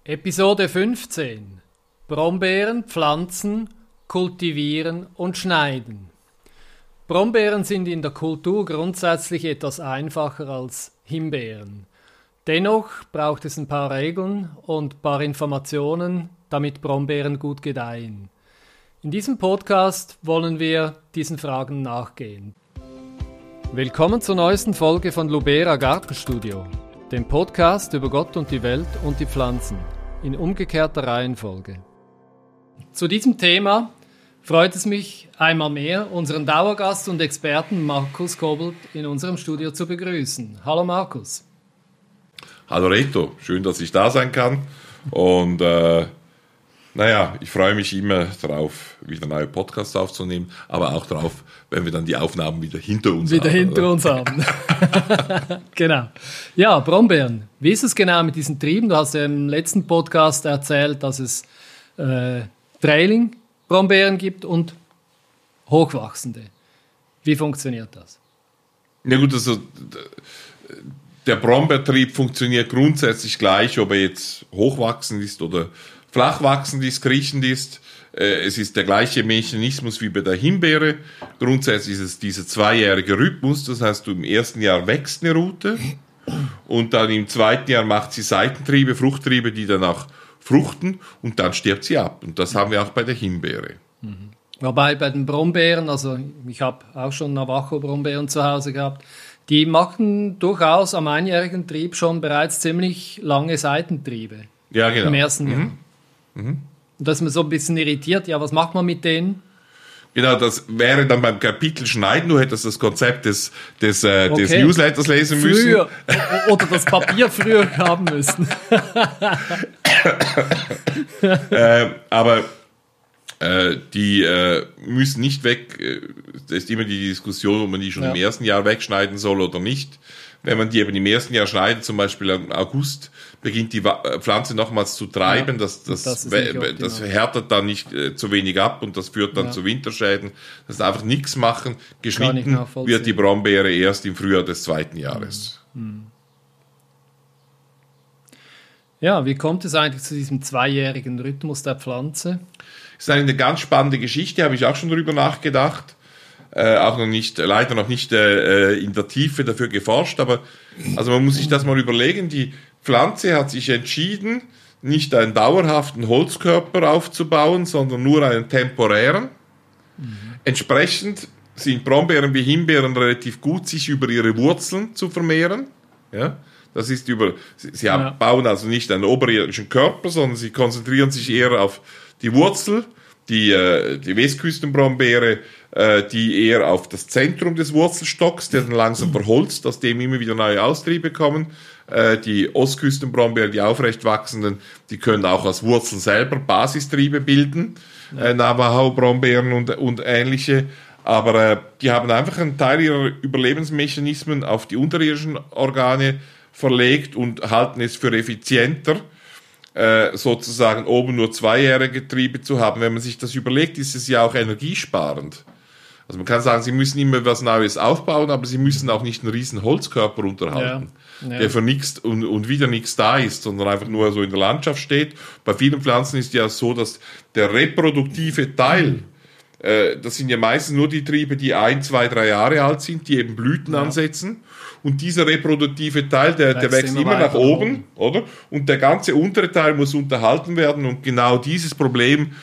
Episode 15: Brombeeren pflanzen, kultivieren und schneiden. Brombeeren sind in der Kultur grundsätzlich etwas einfacher als Himbeeren. Dennoch braucht es ein paar Regeln und ein paar Informationen, damit Brombeeren gut gedeihen. In diesem Podcast wollen wir diesen Fragen nachgehen. Willkommen zur neuesten Folge von Lubera Gartenstudio, dem Podcast über Gott und die Welt und die Pflanzen, in umgekehrter Reihenfolge. Zu diesem Thema freut es mich einmal mehr, unseren Dauergast und Experten Markus Kobelt in unserem Studio zu begrüßen. Hallo Markus. Hallo Reto, schön, dass ich da sein kann. Und ich freue mich immer darauf, wieder neue Podcasts aufzunehmen, aber auch darauf, wenn wir dann die Aufnahmen wieder hinter uns haben. Genau. Ja, Brombeeren. Wie ist es genau mit diesen Trieben? Du hast ja im letzten Podcast erzählt, dass es Trailing-Brombeeren gibt und hochwachsende. Wie funktioniert das? Ja gut, also der Brombeertrieb funktioniert grundsätzlich gleich, ob er jetzt hochwachsend ist oder flach wachsend ist, kriechend ist. Es ist der gleiche Mechanismus wie bei der Himbeere. Grundsätzlich ist es dieser zweijährige Rhythmus. Das heißt, im ersten Jahr wächst eine Rute und dann im zweiten Jahr macht sie Seitentriebe, Fruchttriebe, die dann auch fruchten und dann stirbt sie ab. Und das haben wir auch bei der Himbeere. Wobei bei den Brombeeren, also ich habe auch schon Navajo-Brombeeren zu Hause gehabt, die machen durchaus am einjährigen Trieb schon bereits ziemlich lange Seitentriebe. Ja, genau. Im ersten Jahr. Und da ist man so ein bisschen irritiert, ja, was macht man mit denen? Genau, das wäre dann beim Kapitel Schneiden. Du hättest das Konzept des Newsletters lesen müssen. Früher. Oder das Papier früher haben müssen. Aber die müssen nicht weg. Da ist immer die Diskussion, ob man die schon im ersten Jahr wegschneiden soll oder nicht. Wenn man die eben im ersten Jahr schneidet, zum Beispiel im August, beginnt die Pflanze nochmals zu treiben. Das härtet dann nicht zu wenig ab und das führt dann zu Winterschäden. Das ist einfach nichts machen. Geschnitten wird die Brombeere erst im Frühjahr des zweiten Jahres. Ja, wie kommt es eigentlich zu diesem zweijährigen Rhythmus der Pflanze? Das ist eine ganz spannende Geschichte, habe ich auch schon darüber nachgedacht. Leider noch nicht in der Tiefe dafür geforscht, aber also man muss sich das mal überlegen. Die Pflanze hat sich entschieden, nicht einen dauerhaften Holzkörper aufzubauen, sondern nur einen temporären. Entsprechend sind Brombeeren wie Himbeeren relativ gut, sich über ihre Wurzeln zu vermehren. Ja, das ist sie bauen also nicht einen oberirdischen Körper, sondern sie konzentrieren sich eher auf die Wurzel. Die Westküstenbrombeere, die eher auf das Zentrum des Wurzelstocks, der dann langsam verholzt, aus dem immer wieder neue Austriebe kommen. Die Ostküstenbrombeeren, die aufrecht wachsenden, die können auch aus Wurzeln selber Basistriebe bilden, Navajo-Brombeeren und ähnliche. Aber die haben einfach einen Teil ihrer Überlebensmechanismen auf die unterirdischen Organe verlegt und halten es für effizienter, sozusagen oben nur zweijährige Triebe zu haben. Wenn man sich das überlegt, ist es ja auch energiesparend. Also man kann sagen, sie müssen immer was Neues aufbauen, aber sie müssen auch nicht einen riesen Holzkörper unterhalten, der für nichts und wieder nichts da ist, sondern einfach nur so in der Landschaft steht. Bei vielen Pflanzen ist ja so, dass der reproduktive Teil, das sind ja meistens nur die Triebe, die 1, 2, 3 Jahre alt sind, die eben Blüten ansetzen. Und dieser reproduktive Teil, der wächst immer nach oben, oder? Und der ganze untere Teil muss unterhalten werden. Und genau dieses Problem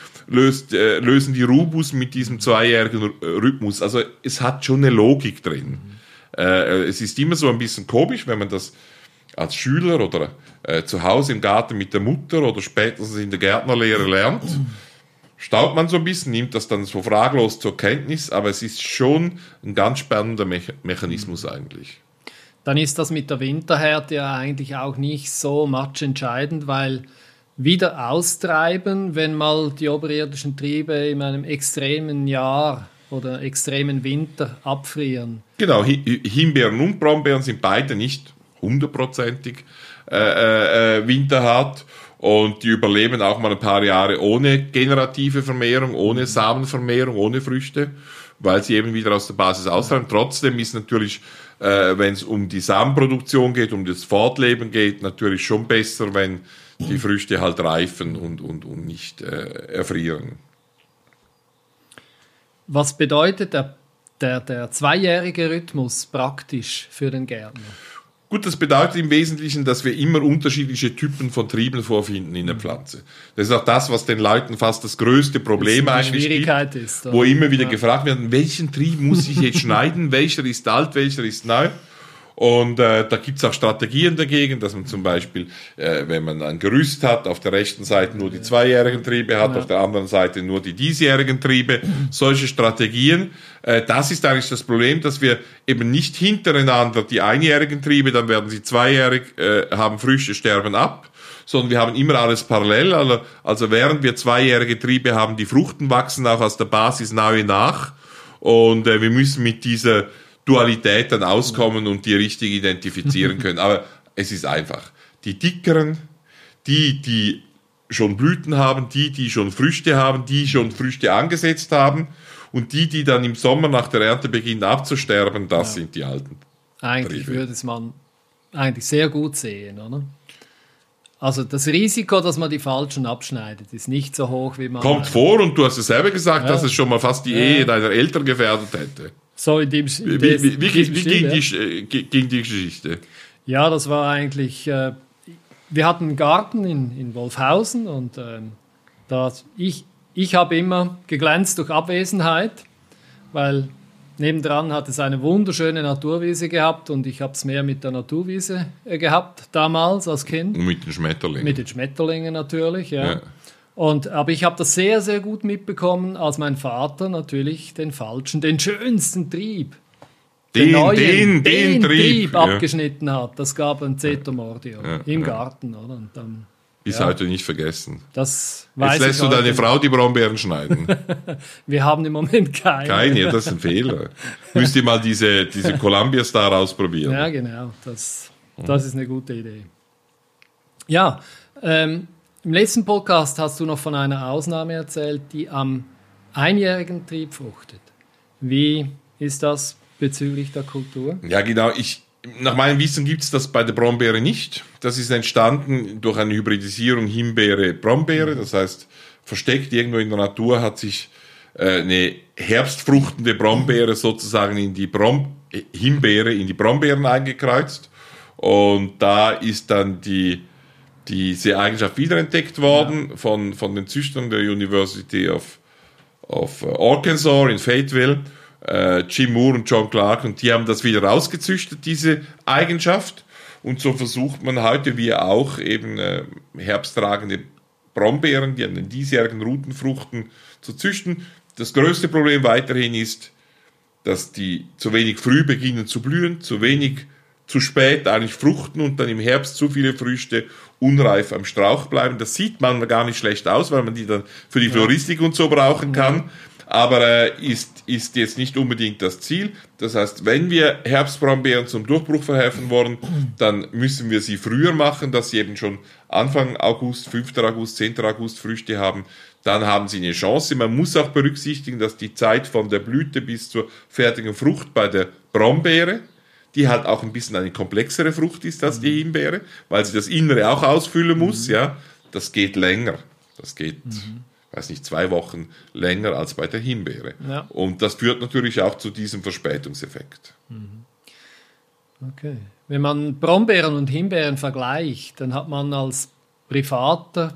lösen die Rubus mit diesem zweijährigen Rhythmus. Also es hat schon eine Logik drin. Es ist immer so ein bisschen komisch, wenn man das als Schüler oder zu Hause im Garten mit der Mutter oder spätestens in der Gärtnerlehre lernt. Staubt man so ein bisschen, nimmt das dann so fraglos zur Kenntnis, aber es ist schon ein ganz spannender Mechanismus eigentlich. Dann ist das mit der Winterhärte ja eigentlich auch nicht so matchentscheidend, weil wieder austreiben, wenn mal die oberirdischen Triebe in einem extremen Jahr oder extremen Winter abfrieren. Genau, Himbeeren und Brombeeren sind beide nicht 100%ig winterhart und die überleben auch mal ein paar Jahre ohne generative Vermehrung, ohne Samenvermehrung, ohne Früchte, weil sie eben wieder aus der Basis austreiben. Trotzdem ist natürlich, wenn es um die Samenproduktion geht, um das Fortleben geht, natürlich schon besser, wenn die Früchte halt reifen und nicht erfrieren. Was bedeutet der zweijährige Rhythmus praktisch für den Gärtner? Gut, das bedeutet im Wesentlichen, dass wir immer unterschiedliche Typen von Trieben vorfinden in der Pflanze. Das ist auch das, was den Leuten fast das größte Problem eigentlich Schwierigkeit gibt, ist, wo immer wieder gefragt wird, welchen Trieb muss ich jetzt schneiden, welcher ist alt, welcher ist neu. Und da gibt's auch Strategien dagegen, dass man zum Beispiel, wenn man ein Gerüst hat, auf der rechten Seite nur die zweijährigen Triebe hat, auf der anderen Seite nur die diesjährigen Triebe, solche Strategien. Das ist eigentlich das Problem, dass wir eben nicht hintereinander die einjährigen Triebe, dann werden sie zweijährig, haben Früchte, sterben ab, sondern wir haben immer alles parallel. Also während wir zweijährige Triebe haben, die Fruchten wachsen auch aus der Basis neue nach. Und wir müssen mit dieser Dualität dann auskommen und die richtig identifizieren können. Aber es ist einfach. Die dickeren, die schon Blüten haben, die schon Früchte haben, die schon Früchte angesetzt haben und die dann im Sommer nach der Ernte beginnen abzusterben, das sind die alten Eigentlich Triebe. würde es man eigentlich sehr gut sehen, oder? Also das Risiko, dass man die falschen abschneidet, ist nicht so hoch, wie man... Kommt vor und du hast es selber gesagt, dass es schon mal fast die Ehe deiner Eltern gefährdet hätte. So in dem Wie ging die Geschichte? Ja, das war eigentlich... wir hatten einen Garten in Wolfhausen und ich habe immer geglänzt durch Abwesenheit, weil nebendran hat es eine wunderschöne Naturwiese gehabt und ich habe es mehr mit der Naturwiese gehabt damals als Kind. Und mit den Schmetterlingen. Mit den Schmetterlingen natürlich, ja. Aber ich habe das sehr, sehr gut mitbekommen, als mein Vater natürlich den schönsten Trieb, den Trieb abgeschnitten hat. Das gab ein Zetomordio im Garten. Oder? Und dann, bis heute nicht vergessen. Das weiß Jetzt lässt du deine Frau die Brombeeren schneiden. Wir haben im Moment keine. Keine, das ist ein Fehler. Müsst ihr mal diese Columbia Star ausprobieren. Ja, genau. Das ist eine gute Idee. Ja, im letzten Podcast hast du noch von einer Ausnahme erzählt, die am einjährigen Trieb fruchtet. Wie ist das bezüglich der Kultur? Ja, genau. Nach meinem Wissen gibt es das bei der Brombeere nicht. Das ist entstanden durch eine Hybridisierung Himbeere-Brombeere. Das heißt, versteckt irgendwo in der Natur hat sich eine herbstfruchtende Brombeere sozusagen in die Himbeere, in die Brombeeren eingekreuzt. Und da ist dann diese Eigenschaft wiederentdeckt worden von den Züchtern der University of Arkansas in Fayetteville, Jim Moore und John Clark, und die haben das wieder rausgezüchtet, diese Eigenschaft. Und so versucht man heute, wie auch eben herbsttragende Brombeeren, die an den diesjährigen Rutenfruchten zu züchten. Das größte Problem weiterhin ist, dass die zu wenig früh beginnen zu blühen, zu spät eigentlich fruchten und dann im Herbst zu viele Früchte unreif am Strauch bleiben. Das sieht man gar nicht schlecht aus, weil man die dann für die Floristik und so brauchen kann. Aber ist jetzt nicht unbedingt das Ziel. Das heißt, wenn wir Herbstbrombeeren zum Durchbruch verhelfen wollen, dann müssen wir sie früher machen, dass sie eben schon Anfang August, 5. August, 10. August Früchte haben. Dann haben sie eine Chance. Man muss auch berücksichtigen, dass die Zeit von der Blüte bis zur fertigen Frucht bei der Brombeere, die halt auch ein bisschen eine komplexere Frucht ist als die Himbeere, weil sie das Innere auch ausfüllen muss, ja, das geht länger. Das geht, weiß nicht, 2 Wochen länger als bei der Himbeere. Ja. Und das führt natürlich auch zu diesem Verspätungseffekt. Okay. Wenn man Brombeeren und Himbeeren vergleicht, dann hat man als privater,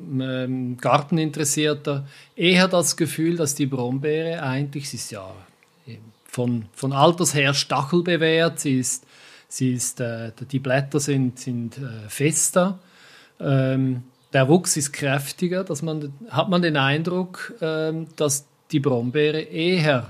Garteninteressierter eher das Gefühl, dass die Brombeere eigentlich, sie ist ja von Alters her stachelbewehrt, die Blätter sind fester, der Wuchs ist kräftiger, hat man den Eindruck, dass die Brombeere eher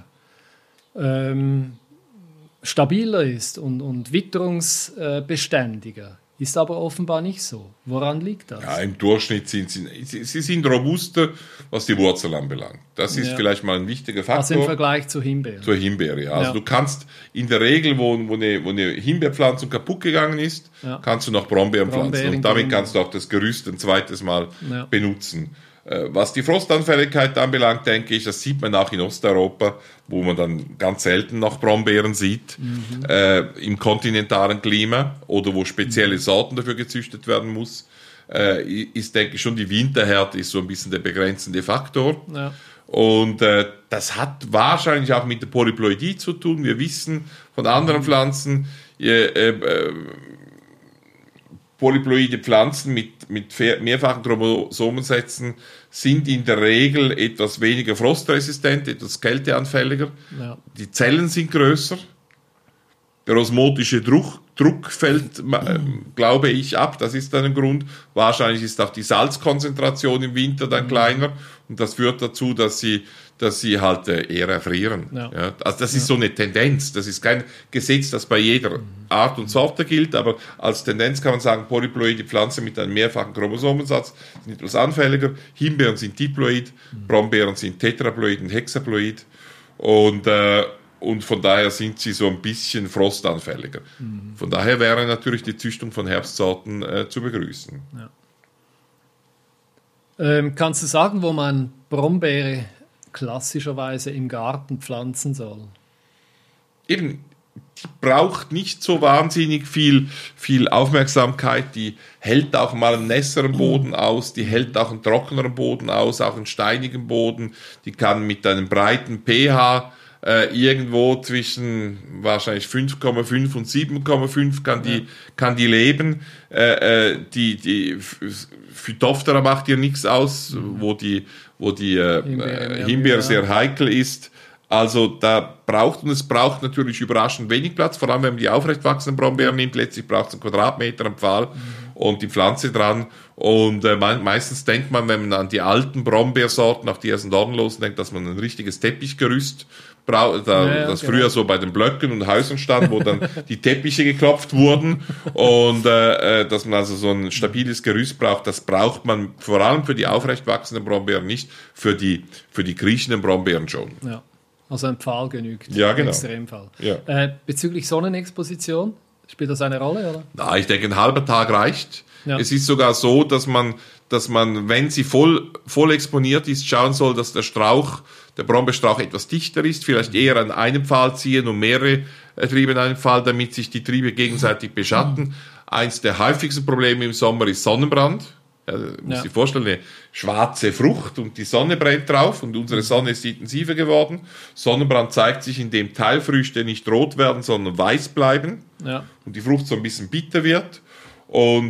stabiler ist und witterungsbeständiger. Ist aber offenbar nicht so. Woran liegt das? Ja, im Durchschnitt sind sie sind robuster, was die Wurzel anbelangt. Das ist vielleicht mal ein wichtiger Faktor. Also im Vergleich zur Himbeere. Zur Himbeere, ja. Also du kannst in der Regel, wo eine Himbeerpflanzung kaputt gegangen ist, kannst du noch Brombeeren pflanzen. Und damit kannst du auch das Gerüst ein zweites Mal benutzen. Was die Frostanfälligkeit anbelangt, denke ich, das sieht man auch in Osteuropa, wo man dann ganz selten noch Brombeeren sieht, im kontinentalen Klima oder wo spezielle Sorten dafür gezüchtet werden muss. ist, denke ich, schon die Winterhärte ist so ein bisschen der begrenzende Faktor. Ja. Und das hat wahrscheinlich auch mit der Polyploidie zu tun. Wir wissen von anderen Pflanzen, polyploide Pflanzen mit mehrfachen Chromosomensätzen sind in der Regel etwas weniger frostresistent, etwas kälteanfälliger. Ja. Die Zellen sind größer. Der osmotische Druck fällt, glaube ich, ab. Das ist dann ein Grund. Wahrscheinlich ist auch die Salzkonzentration im Winter dann kleiner. Und das führt dazu, dass sie halt eher erfrieren. Ja. Ja, also das ist so eine Tendenz. Das ist kein Gesetz, das bei jeder Art und Sorte gilt. Aber als Tendenz kann man sagen, polyploide Pflanzen mit einem mehrfachen Chromosomensatz sind etwas anfälliger. Himbeeren sind diploid, Brombeeren sind tetraploid und hexaploid. Und von daher sind sie so ein bisschen frostanfälliger. Von daher wäre natürlich die Züchtung von Herbstsorten zu begrüßen. Ja. Kannst du sagen, wo man Brombeere klassischerweise im Garten pflanzen soll? Eben, die braucht nicht so wahnsinnig viel Aufmerksamkeit. Die hält auch mal einen nässeren Boden aus, die hält auch einen trockeneren Boden aus, auch einen steinigen Boden. Die kann mit einem breiten pH irgendwo zwischen wahrscheinlich 5,5 und 7,5 kann die leben. Die Phytophthora macht ihr nichts aus, wo die Himbeere sehr heikel ist. Also es braucht natürlich überraschend wenig Platz, vor allem wenn man die aufrecht wachsenden Brombeeren nimmt. Letztlich braucht es einen Quadratmeter am Pfahl und die Pflanze dran. Und meistens denkt man, wenn man an die alten Brombeersorten, auch die ersten dornlosen denkt, dass man ein richtiges Teppichgerüst braucht, das früher so bei den Blöcken und Häusern stand, wo dann die Teppiche geklopft wurden und dass man also so ein stabiles Gerüst braucht. Das braucht man vor allem für die aufrecht wachsenden Brombeeren nicht, für die kriechenden Brombeeren schon. Ja. Also ein Pfahl genügt. Ja, genau. Im Extremfall. Ja. Bezüglich Sonnenexposition, spielt das eine Rolle, oder? Na, ich denke, ein halber Tag reicht. Ja. Es ist sogar so, dass man, wenn sie voll exponiert ist, schauen soll, dass der Brombeerstrauch etwas dichter ist, vielleicht eher an einem Pfahl ziehen und mehrere Triebe an einem Pfahl, damit sich die Triebe gegenseitig beschatten. Eins der häufigsten Probleme im Sommer ist Sonnenbrand. Ja, muss sich vorstellen, eine schwarze Frucht und die Sonne brennt drauf und unsere Sonne ist intensiver geworden. Sonnenbrand zeigt sich, indem Teilfrüchte nicht rot werden, sondern weiß bleiben und die Frucht so ein bisschen bitter wird. Und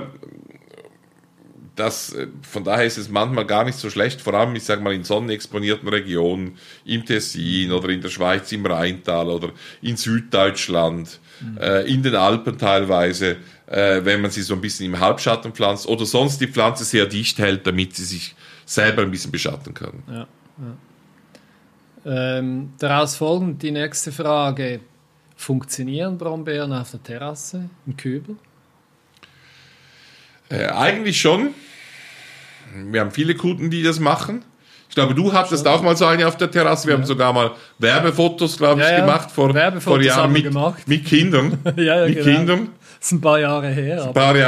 von daher ist es manchmal gar nicht so schlecht, vor allem, ich sage mal, in sonnenexponierten Regionen, im Tessin oder in der Schweiz im Rheintal oder in Süddeutschland, in den Alpen teilweise, wenn man sie so ein bisschen im Halbschatten pflanzt oder sonst die Pflanze sehr dicht hält, damit sie sich selber ein bisschen beschatten kann. Ja. Daraus folgend die nächste Frage. Funktionieren Brombeeren auf der Terrasse, im Kübel? Eigentlich schon. Wir haben viele Kunden, die das machen. Ich glaube, du hattest auch mal so eine auf der Terrasse. Wir haben sogar mal Werbefotos, glaube ich, gemacht vor Jahren mit Kindern. Mit Kindern. Das ist ein paar Jahre her.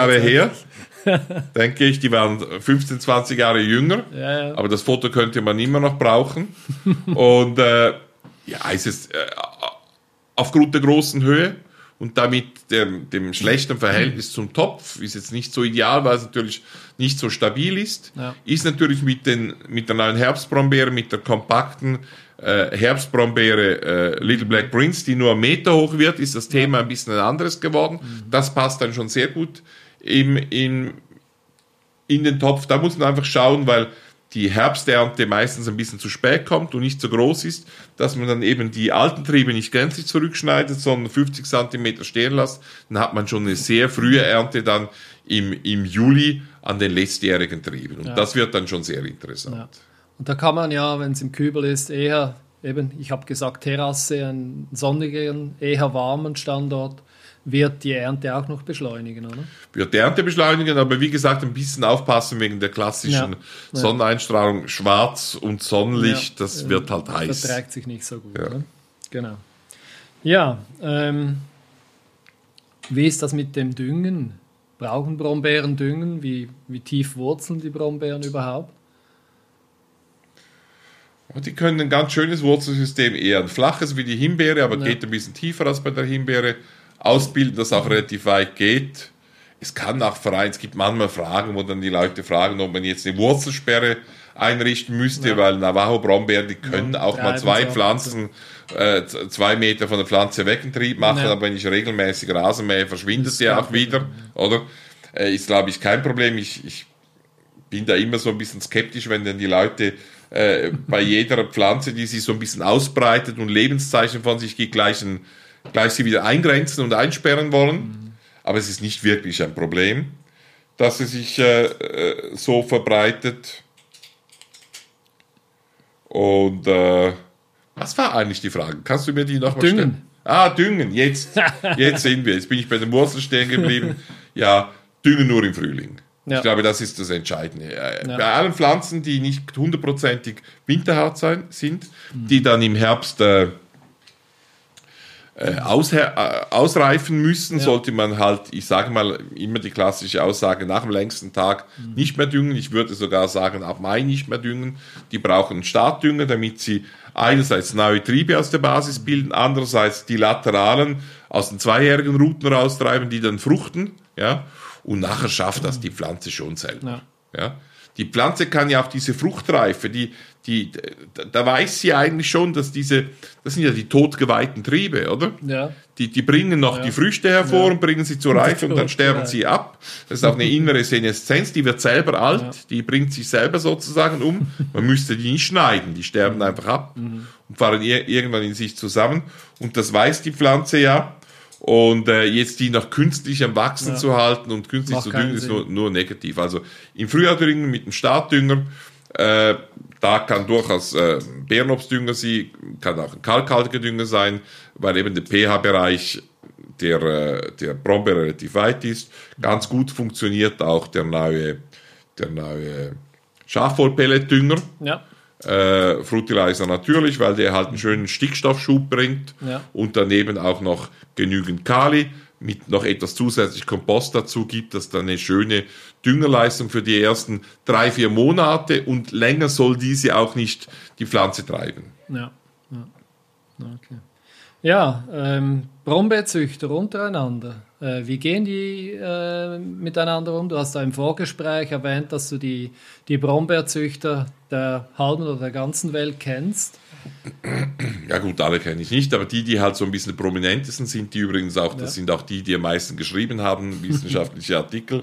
Denke ich, die waren 15, 20 Jahre jünger. Aber das Foto könnte man immer noch brauchen. Und es ist aufgrund der großen Höhe und damit dem schlechten Verhältnis zum Topf, ist jetzt nicht so ideal, weil es natürlich nicht so stabil ist, ist natürlich mit der neuen Herbstbrombeere, mit der kompakten Herbstbrombeere Little Black Prince, die nur 1 Meter hoch wird, ist das Thema ein bisschen ein anderes geworden. Das passt dann schon sehr gut in den Topf. Da muss man einfach schauen, weil die Herbsternte meistens ein bisschen zu spät kommt und nicht so groß ist, dass man dann eben die alten Triebe nicht gänzlich zurückschneidet, sondern 50 cm stehen lässt. Dann hat man schon eine sehr frühe Ernte dann im Juli an den letztjährigen Trieben. Und das wird dann schon sehr interessant. Ja. Und da kann man ja, wenn es im Kübel ist, eher, eben, ich habe gesagt, Terrasse, einen sonnigen, eher warmen Standort, wird die Ernte auch noch beschleunigen, oder? Wird die Ernte beschleunigen, aber wie gesagt, ein bisschen aufpassen wegen der klassischen Sonneneinstrahlung. Schwarz und Sonnenlicht, das wird halt heiß. Verträgt sich nicht so gut. Ne? Genau. Ja, wie ist das mit dem Düngen? Brauchen Brombeeren Düngen? Wie tief wurzeln die Brombeeren überhaupt? Die können ein ganz schönes Wurzelsystem, eher ein flaches wie die Himbeere, aber geht ein bisschen tiefer als bei der Himbeere. Ausbilden, das auch relativ weit geht. es kann auch es gibt manchmal Fragen, wo dann die Leute fragen, ob man jetzt eine Wurzelsperre einrichten müsste, weil Navajo-Brombeeren, die können auch mal 2 Pflanzen, 2 Meter von der Pflanze weg einen Trieb machen, aber wenn ich regelmäßig Rasen mähe, verschwindet sie auch wieder, oder? Ist, glaube ich, kein Problem. Ich bin da immer so ein bisschen skeptisch, wenn dann die Leute bei jeder Pflanze, die sich so ein bisschen ausbreitet und Lebenszeichen von sich gibt, gleich sie wieder eingrenzen und einsperren wollen. Aber es ist nicht wirklich ein Problem, dass sie sich so verbreitet. Und was war eigentlich die Frage? Kannst du mir die nochmal stellen? Düngen. Jetzt sind wir. Jetzt bin ich bei den Wurzeln stehen geblieben. Ja, düngen nur im Frühling. Ja. Ich glaube, das ist das Entscheidende. Bei allen Pflanzen, die nicht 100%ig winterhart sind, die dann im Herbst ausreifen müssen, sollte man halt, ich sage mal, immer die klassische Aussage, nach dem längsten Tag nicht mehr düngen. Ich würde sogar sagen, ab Mai nicht mehr düngen. Die brauchen einen Startdünger, damit sie einerseits neue Triebe aus der Basis bilden, andererseits die Lateralen aus den zweijährigen Ruten raustreiben, die dann fruchten, ja, und nachher schafft das die Pflanze schon selber. Ja. Die Pflanze kann ja auch diese Fruchtreife, da weiß sie eigentlich schon, dass das sind ja die totgeweihten Triebe, oder? Ja. Die bringen noch die Früchte hervor und bringen sie zur Reife und dann sterben sie ab. Das ist auch eine innere Seneszenz, die wird selber alt, die bringt sich selber sozusagen um. Man müsste die nicht schneiden, die sterben einfach ab und fahren irgendwann in sich zusammen. Und das weiß die Pflanze ja. Und jetzt die noch künstlich am Wachsen zu halten und künstlich zu düngen, ist nur negativ. Also im Frühjahr düngen mit dem Startdünger, da kann durchaus Beerenobstdünger sein, kann auch ein kalkhaltiger Dünger sein, weil eben der pH-Bereich der Brombeere relativ weit ist. Ganz gut funktioniert auch der neue Schafwollpelletdünger. Ja. Fruitilizer natürlich, weil der halt einen schönen Stickstoffschub bringt und daneben auch noch genügend Kali mit noch etwas zusätzlich Kompost dazu gibt, das dann eine schöne Düngerleistung für die ersten 3-4 Monate und länger soll diese auch nicht die Pflanze treiben. Ja, okay. Ja, Brombeerzüchter untereinander. Wie gehen die miteinander um? Du hast da im Vorgespräch erwähnt, dass du die Brombeerzüchter der halben oder der ganzen Welt kennst. Ja gut, alle kenne ich nicht, aber die halt so ein bisschen prominentesten sind, die übrigens auch, das sind auch die am meisten geschrieben haben, wissenschaftliche Artikel.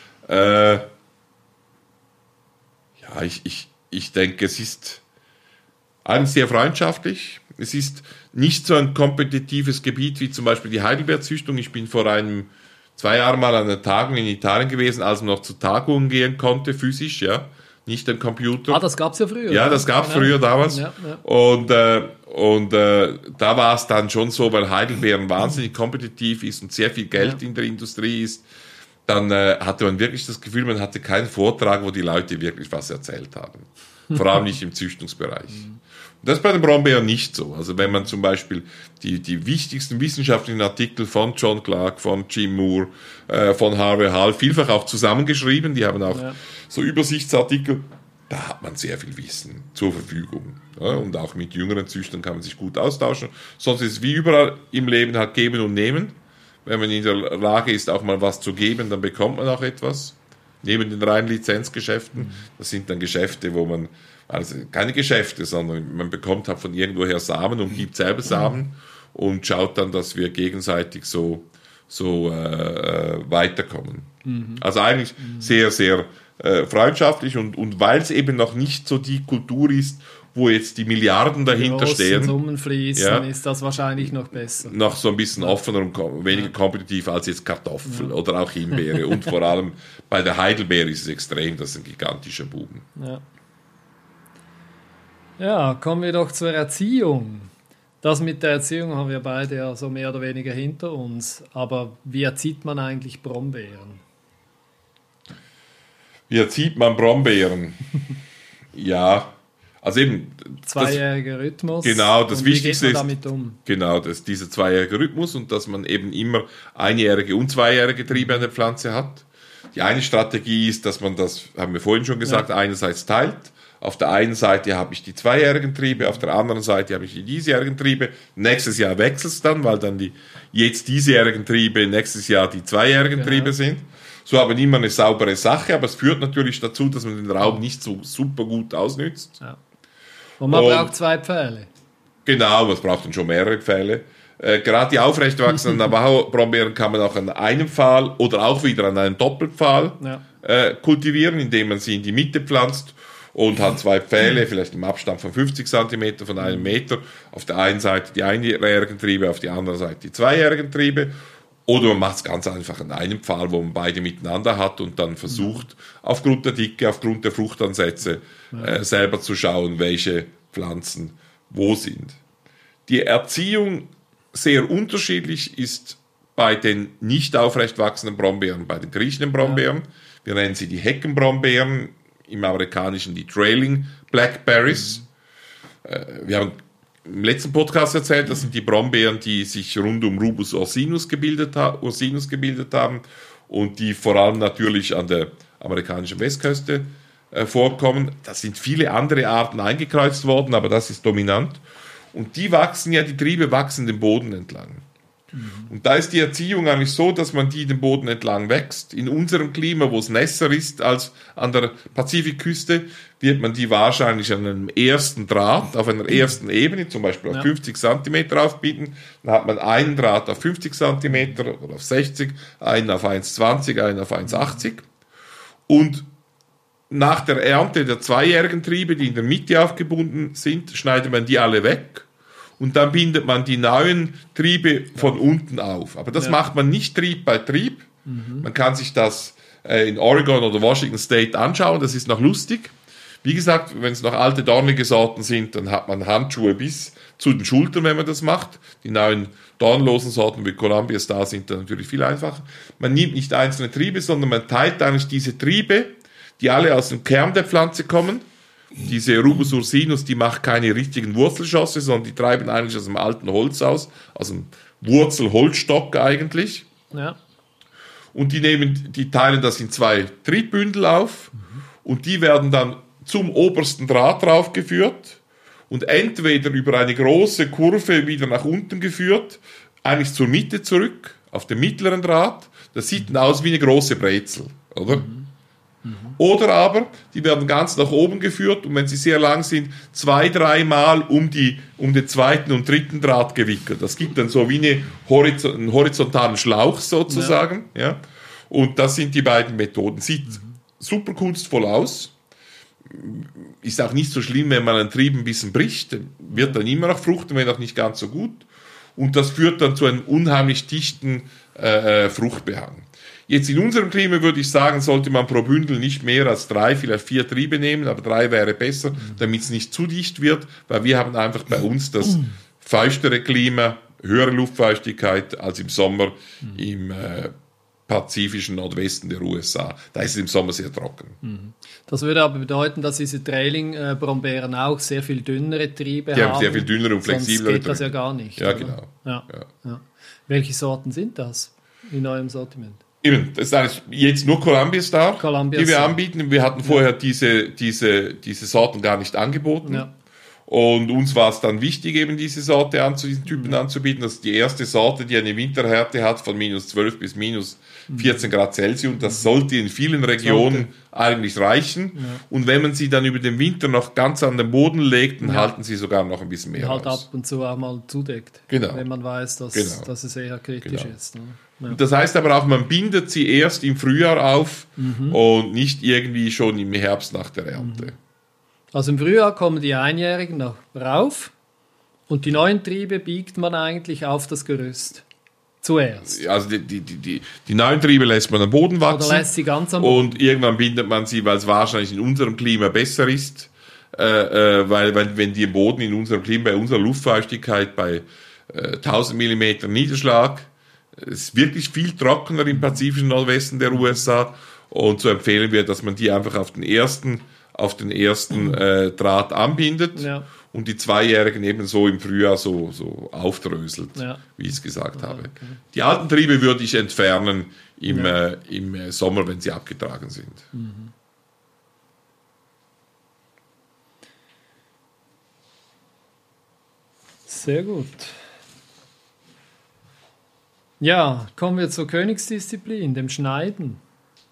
Ich denke, es ist eigentlich sehr freundschaftlich. Es ist nicht so ein kompetitives Gebiet wie zum Beispiel die Heidelbeerzüchtung. Ich bin vor 2 Jahren mal an einer Tagung in Italien gewesen, als man noch zu Tagungen gehen konnte, physisch, ja, nicht am Computer. Das gab es ja früher. Ja, das gab es früher damals. Ja. Und da war es dann schon so, weil Heidelbeeren wahnsinnig kompetitiv ist und sehr viel Geld in der Industrie ist, dann hatte man wirklich das Gefühl, man hatte keinen Vortrag, wo die Leute wirklich was erzählt haben. Vor allem nicht im Züchtungsbereich. Das ist bei den Brombeeren nicht so. Also wenn man zum Beispiel die wichtigsten wissenschaftlichen Artikel von John Clark, von Jim Moore, von Harvey Hall, vielfach auch zusammengeschrieben, die haben auch so Übersichtsartikel, da hat man sehr viel Wissen zur Verfügung. Ja, und auch mit jüngeren Züchtern kann man sich gut austauschen. Sonst ist es wie überall im Leben halt geben und nehmen. Wenn man in der Lage ist, auch mal was zu geben, dann bekommt man auch etwas. Neben den reinen Lizenzgeschäften. Das sind dann Geschäfte, wo man, also keine Geschäfte, sondern man bekommt halt von irgendwoher Samen und gibt selber Samen und schaut dann, dass wir gegenseitig so weiterkommen. Also eigentlich sehr, sehr freundschaftlich und weil es eben noch nicht so die Kultur ist, wo jetzt die Milliarden dahinter stehen. Summen fließen, ist das wahrscheinlich noch besser. Noch so ein bisschen offener und weniger kompetitiv als jetzt Kartoffel oder auch Himbeere. Und vor allem bei der Heidelbeere ist es extrem, das ist ein gigantischer Buben. Ja, kommen wir doch zur Erziehung. Das mit der Erziehung haben wir beide ja so mehr oder weniger hinter uns. Aber wie erzieht man eigentlich Brombeeren? Wie erzieht man Brombeeren? Ja, also eben... Zweijähriger Rhythmus. Genau, das Wichtigste ist... Damit um? Genau, dieser zweijährige Rhythmus und dass man eben immer einjährige und zweijährige Triebe an der Pflanze hat. Die eine Strategie ist, dass man das, haben wir vorhin schon gesagt, einerseits teilt. Auf der einen Seite habe ich die zweijährigen Triebe, auf der anderen Seite habe ich die diesjährigen Triebe. Nächstes Jahr wechselt es dann, weil dann die jetzt diesjährigen Triebe nächstes Jahr die zweijährigen Triebe sind. so aber immer eine saubere Sache, aber es führt natürlich dazu, dass man den Raum nicht so super gut ausnützt. Ja. Und man braucht 2 Pfähle. Genau, es braucht dann schon mehrere Pfähle. Gerade die aufrecht wachsenden Navajo-Brombeeren kann man auch an einem Pfahl oder auch wieder an einem Doppelpfahl kultivieren, indem man sie in die Mitte pflanzt und hat 2 Pfähle, vielleicht im Abstand von 50 cm, von einem Meter. Auf der einen Seite die einjährigen Triebe, auf der anderen Seite die zweijährigen Triebe. Oder man macht es ganz einfach an einem Pfahl, wo man beide miteinander hat und dann versucht, aufgrund der Dicke, aufgrund der Fruchtansätze, selber zu schauen, welche Pflanzen wo sind. Die Erziehung sehr unterschiedlich ist bei den nicht aufrecht wachsenden Brombeeren, bei den kriechenden Brombeeren. Wir nennen sie die Heckenbrombeeren, im Amerikanischen die Trailing Blackberries. Wir haben im letzten Podcast erzählt, das sind die Brombeeren, die sich rund um Rubus ursinus gebildet haben und die vor allem natürlich an der amerikanischen Westküste vorkommen. Da sind viele andere Arten eingekreuzt worden, aber das ist dominant. Und die Triebe wachsen den Boden entlang. Und da ist die Erziehung eigentlich so, dass man die den Boden entlang wächst. In unserem Klima, wo es nässer ist als an der Pazifikküste, wird man die wahrscheinlich an einem ersten Draht, auf einer ersten Ebene, zum Beispiel auf 50 cm aufbieten. Dann hat man einen Draht auf 50 cm oder auf 60, einen auf 1,20, einen auf 1,80. Und nach der Ernte der zweijährigen Triebe, die in der Mitte aufgebunden sind, schneidet man die alle weg. Und dann bindet man die neuen Triebe von unten auf. Aber das macht man nicht Trieb bei Trieb. Man kann sich das in Oregon oder Washington State anschauen. Das ist noch lustig. Wie gesagt, wenn es noch alte dornige Sorten sind, dann hat man Handschuhe bis zu den Schultern, wenn man das macht. Die neuen dornlosen Sorten wie Columbia Star sind dann natürlich viel einfacher. Man nimmt nicht einzelne Triebe, sondern man teilt eigentlich diese Triebe, die alle aus dem Kern der Pflanze kommen. Diese Rubus ursinus, die macht keine richtigen Wurzelschosse, sondern die treiben eigentlich aus dem alten Holz aus dem Wurzelholzstock eigentlich. Ja. Und die teilen das in 2 Triebbündel auf und die werden dann zum obersten Draht draufgeführt und entweder über eine große Kurve wieder nach unten geführt, eigentlich zur Mitte zurück, auf den mittleren Draht. Das sieht dann aus wie eine große Brezel, oder? Oder aber, die werden ganz nach oben geführt und wenn sie sehr lang sind, 2-3 Mal um den zweiten und dritten Draht gewickelt. Das gibt dann so wie einen horizontalen Schlauch sozusagen. Ja. Und das sind die beiden Methoden. Sieht super kunstvoll aus. Ist auch nicht so schlimm, wenn man einen Trieb ein bisschen bricht. Wird dann immer noch fruchten, wenn auch nicht ganz so gut. Und das führt dann zu einem unheimlich dichten Fruchtbehang. Jetzt in unserem Klima würde ich sagen, sollte man pro Bündel nicht mehr als 3, vielleicht 4 Triebe nehmen, aber 3 wäre besser, damit es nicht zu dicht wird, weil wir haben einfach bei uns das feuchtere Klima, höhere Luftfeuchtigkeit als im Sommer im pazifischen Nordwesten der USA. Da ist es im Sommer sehr trocken. Das würde aber bedeuten, dass diese Trailing-Brombeeren auch sehr viel dünnere Triebe haben. Die haben sehr viel dünnere und flexiblere Sonst geht das ja gar nicht. Ja, oder? genau. Ja. Welche Sorten sind das in eurem Sortiment? Eben, das ist eigentlich jetzt nur Columbia Star, die wir anbieten. Wir hatten vorher diese Sorten gar nicht angeboten. Ja. Und uns war es dann wichtig, eben diese Sorte diesen Typen anzubieten. Das ist die erste Sorte, die eine Winterhärte hat von -12 bis -14 Grad Celsius. Das sollte in vielen Regionen eigentlich reichen. Ja. Und wenn man sie dann über den Winter noch ganz an den Boden legt, dann halten sie sogar noch ein bisschen mehr halt aus. Ab und zu auch mal zudeckt, wenn man weiß, dass es eher kritisch ist. Ne? Ja. Das heißt aber auch, man bindet sie erst im Frühjahr auf und nicht irgendwie schon im Herbst nach der Ernte. Also im Frühjahr kommen die Einjährigen noch rauf und die neuen Triebe biegt man eigentlich auf das Gerüst zuerst. Also die neuen Triebe lässt man am Boden wachsen. Oder lässt sie ganz am Boden. Und irgendwann bindet man sie, weil es wahrscheinlich in unserem Klima besser ist, weil wenn die im Boden in unserem Klima, bei unserer Luftfeuchtigkeit bei 1000 mm Niederschlag, ist wirklich viel trockener im pazifischen Nordwesten der USA und so empfehlen wir, dass man die einfach auf den ersten Draht anbindet und die zweijährigen ebenso im Frühjahr so aufdröselt, wie ich es gesagt habe. Okay. Die alten Triebe würde ich entfernen im Sommer, wenn sie abgetragen sind. Sehr gut. Ja, kommen wir zur Königsdisziplin, dem Schneiden.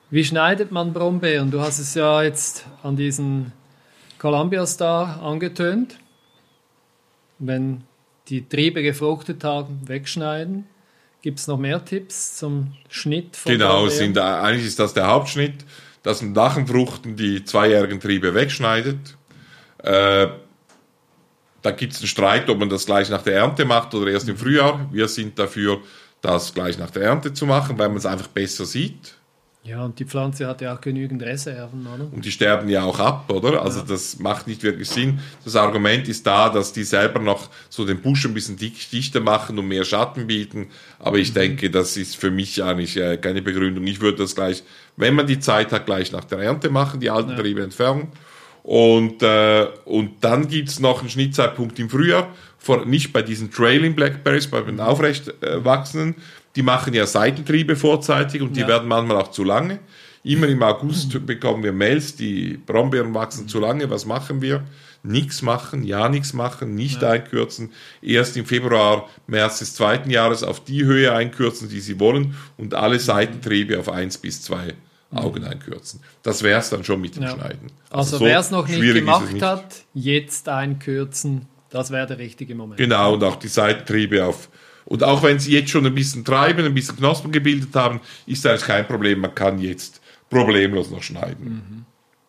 Wie schneidet man Brombeeren? Du hast es ja jetzt an diesen Columbia Star angetönt. Wenn die Triebe gefruchtet haben, wegschneiden. Gibt es noch mehr Tipps zum Schnitt von Brombeeren? Eigentlich ist das der Hauptschnitt, dass man nach dem Fruchten die zweijährigen Triebe wegschneidet. Da gibt es einen Streit, ob man das gleich nach der Ernte macht oder erst im Frühjahr. Wir sind dafür, das gleich nach der Ernte zu machen, weil man es einfach besser sieht. Ja, und die Pflanze hat ja auch genügend Reserven, oder? Und die sterben ja auch ab, oder? Also das macht nicht wirklich Sinn. Das Argument ist da, dass die selber noch so den Busch ein bisschen dichter machen und mehr Schatten bieten. Aber ich denke, das ist für mich eigentlich keine Begründung. Ich würde das gleich, wenn man die Zeit hat, gleich nach der Ernte machen, die alten Triebe entfernen. Und dann gibt's noch einen Schnittzeitpunkt im Frühjahr, nicht bei diesen Trailing Blackberries, bei den aufrecht wachsenden. Die machen ja Seitentriebe vorzeitig und die werden manchmal auch zu lange. Immer im August bekommen wir Mails, die Brombeeren wachsen zu lange. Was machen wir? Nichts machen, nichts machen, nicht einkürzen. Erst im Februar, März des zweiten Jahres auf die Höhe einkürzen, die sie wollen und alle Seitentriebe auf 1 bis 2 Augen einkürzen. Das wäre es dann schon mit dem Schneiden. Also wer es noch nicht gemacht hat, jetzt einkürzen, das wäre der richtige Moment. Genau, und auch die Seitentriebe auf. Und auch wenn sie jetzt schon ein bisschen treiben, ein bisschen Knospen gebildet haben, ist eigentlich kein Problem. Man kann jetzt problemlos noch schneiden.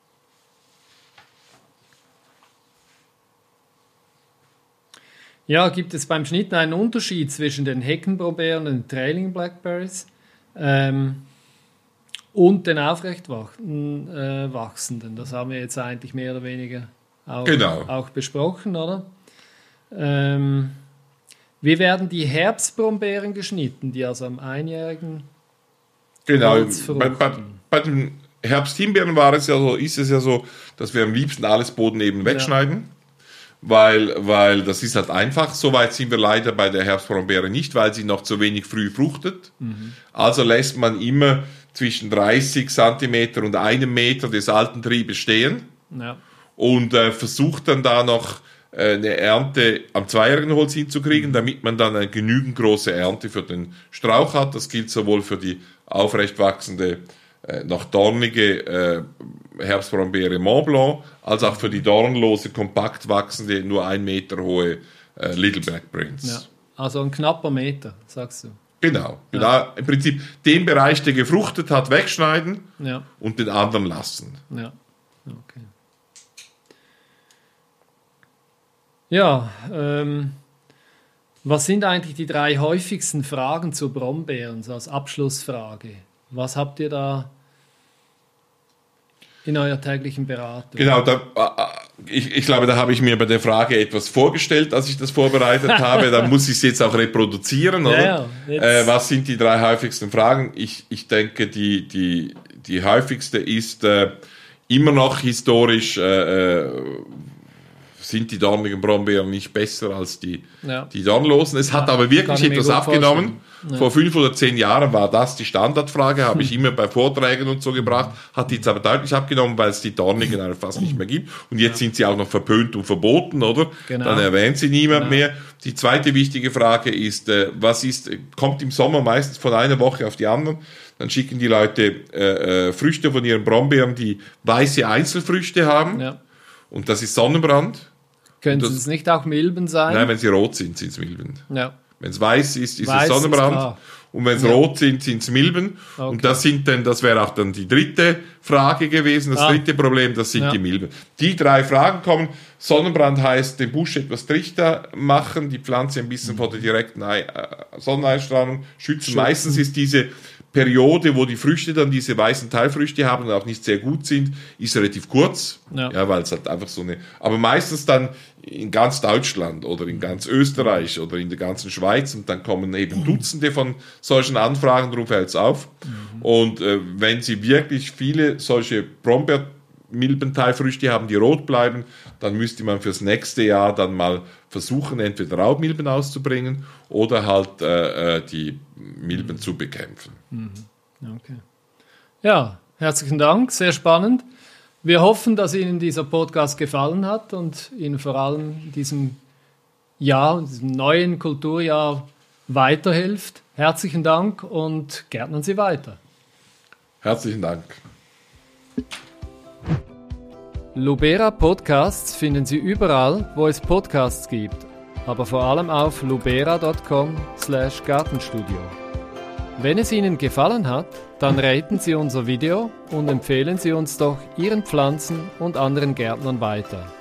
Ja, gibt es beim Schnitt einen Unterschied zwischen den Heckenbrombeeren und den Trailing Blackberries und den aufrecht wachsenden? Das haben wir jetzt eigentlich mehr oder weniger auch besprochen, oder? Wie werden die Herbstbrombeeren geschnitten, die also am einjährigen Holz fruchten? Bei den Herbsthimbeeren ist es ja so, dass wir am liebsten alles bodeneben wegschneiden, weil das ist halt einfach. Soweit sind wir leider bei der Herbstbrombeere nicht, weil sie noch zu wenig früh fruchtet. Also lässt man immer zwischen 30 cm und 1 Meter des alten Triebes stehen und versucht dann da noch eine Ernte am zweijährigen Holz hinzukriegen, damit man dann eine genügend große Ernte für den Strauch hat. Das gilt sowohl für die aufrecht wachsende, noch dornige Herbstbrombeere Mont Blanc, als auch für die dornlose, kompakt wachsende, nur 1 Meter hohe Little Black Prince. Ja, also ein knapper Meter, sagst du. Genau. Im Prinzip den Bereich, der gefruchtet hat, wegschneiden und den anderen lassen. Ja, okay. Ja, was sind eigentlich die 3 häufigsten Fragen zu Brombeeren, so als Abschlussfrage? Was habt ihr da in eurer täglichen Beratung? Genau, ich glaube, da habe ich mir bei der Frage etwas vorgestellt, als ich das vorbereitet habe. Da muss ich es jetzt auch reproduzieren, oder? Was sind die 3 häufigsten Fragen? Ich denke, die häufigste ist immer noch historisch, sind die dornigen Brombeeren nicht besser als die dornlosen. Es hat aber wirklich etwas abgenommen. Vor 5 oder 10 Jahren war das die Standardfrage, habe ich immer bei Vorträgen und so gebracht, hat die jetzt aber deutlich abgenommen, weil es die dornigen einfach fast nicht mehr gibt. Und jetzt sind sie auch noch verpönt und verboten, oder? Genau. Dann erwähnt sie niemand mehr. Die zweite wichtige Frage ist, kommt im Sommer meistens von einer Woche auf die anderen. Dann schicken die Leute Früchte von ihren Brombeeren, die weiße Einzelfrüchte haben. Ja. Und das ist Sonnenbrand. Können es nicht auch Milben sein? Nein, wenn sie rot sind, sind es Milben. Ja. Wenn es weiß ist, ist es Sonnenbrand. Und wenn es rot sind, sind es Milben. Okay. Und das wäre auch dann die dritte Frage gewesen. Das dritte Problem, das sind die Milben. Die 3 Fragen kommen. Sonnenbrand heißt, den Busch etwas trichter machen, die Pflanze ein bisschen vor der direkten Sonneneinstrahlung schützen. Meistens ist diese Periode, wo die Früchte dann diese weißen Teilfrüchte haben und auch nicht sehr gut sind, ist relativ kurz, weil es halt einfach so aber meistens dann in ganz Deutschland oder in ganz Österreich oder in der ganzen Schweiz und dann kommen eben Dutzende von solchen Anfragen, darum fällt es auf. Und wenn Sie wirklich viele solche Brombeermilbenteilfrüchte haben, die rot bleiben, dann müsste man fürs nächste Jahr dann mal versuchen, entweder Raubmilben auszubringen oder halt die Milben zu bekämpfen. Okay. Ja, herzlichen Dank, sehr spannend. Wir hoffen, dass Ihnen dieser Podcast gefallen hat und Ihnen vor allem diesem neuen Kulturjahr weiterhilft. Herzlichen Dank und gärtnern Sie weiter. Herzlichen Dank. Lubera Podcasts finden Sie überall, wo es Podcasts gibt, aber vor allem auf lubera.com/Gartenstudio. Wenn es Ihnen gefallen hat, dann raten Sie unser Video und empfehlen Sie uns doch Ihren Pflanzen und anderen Gärtnern weiter.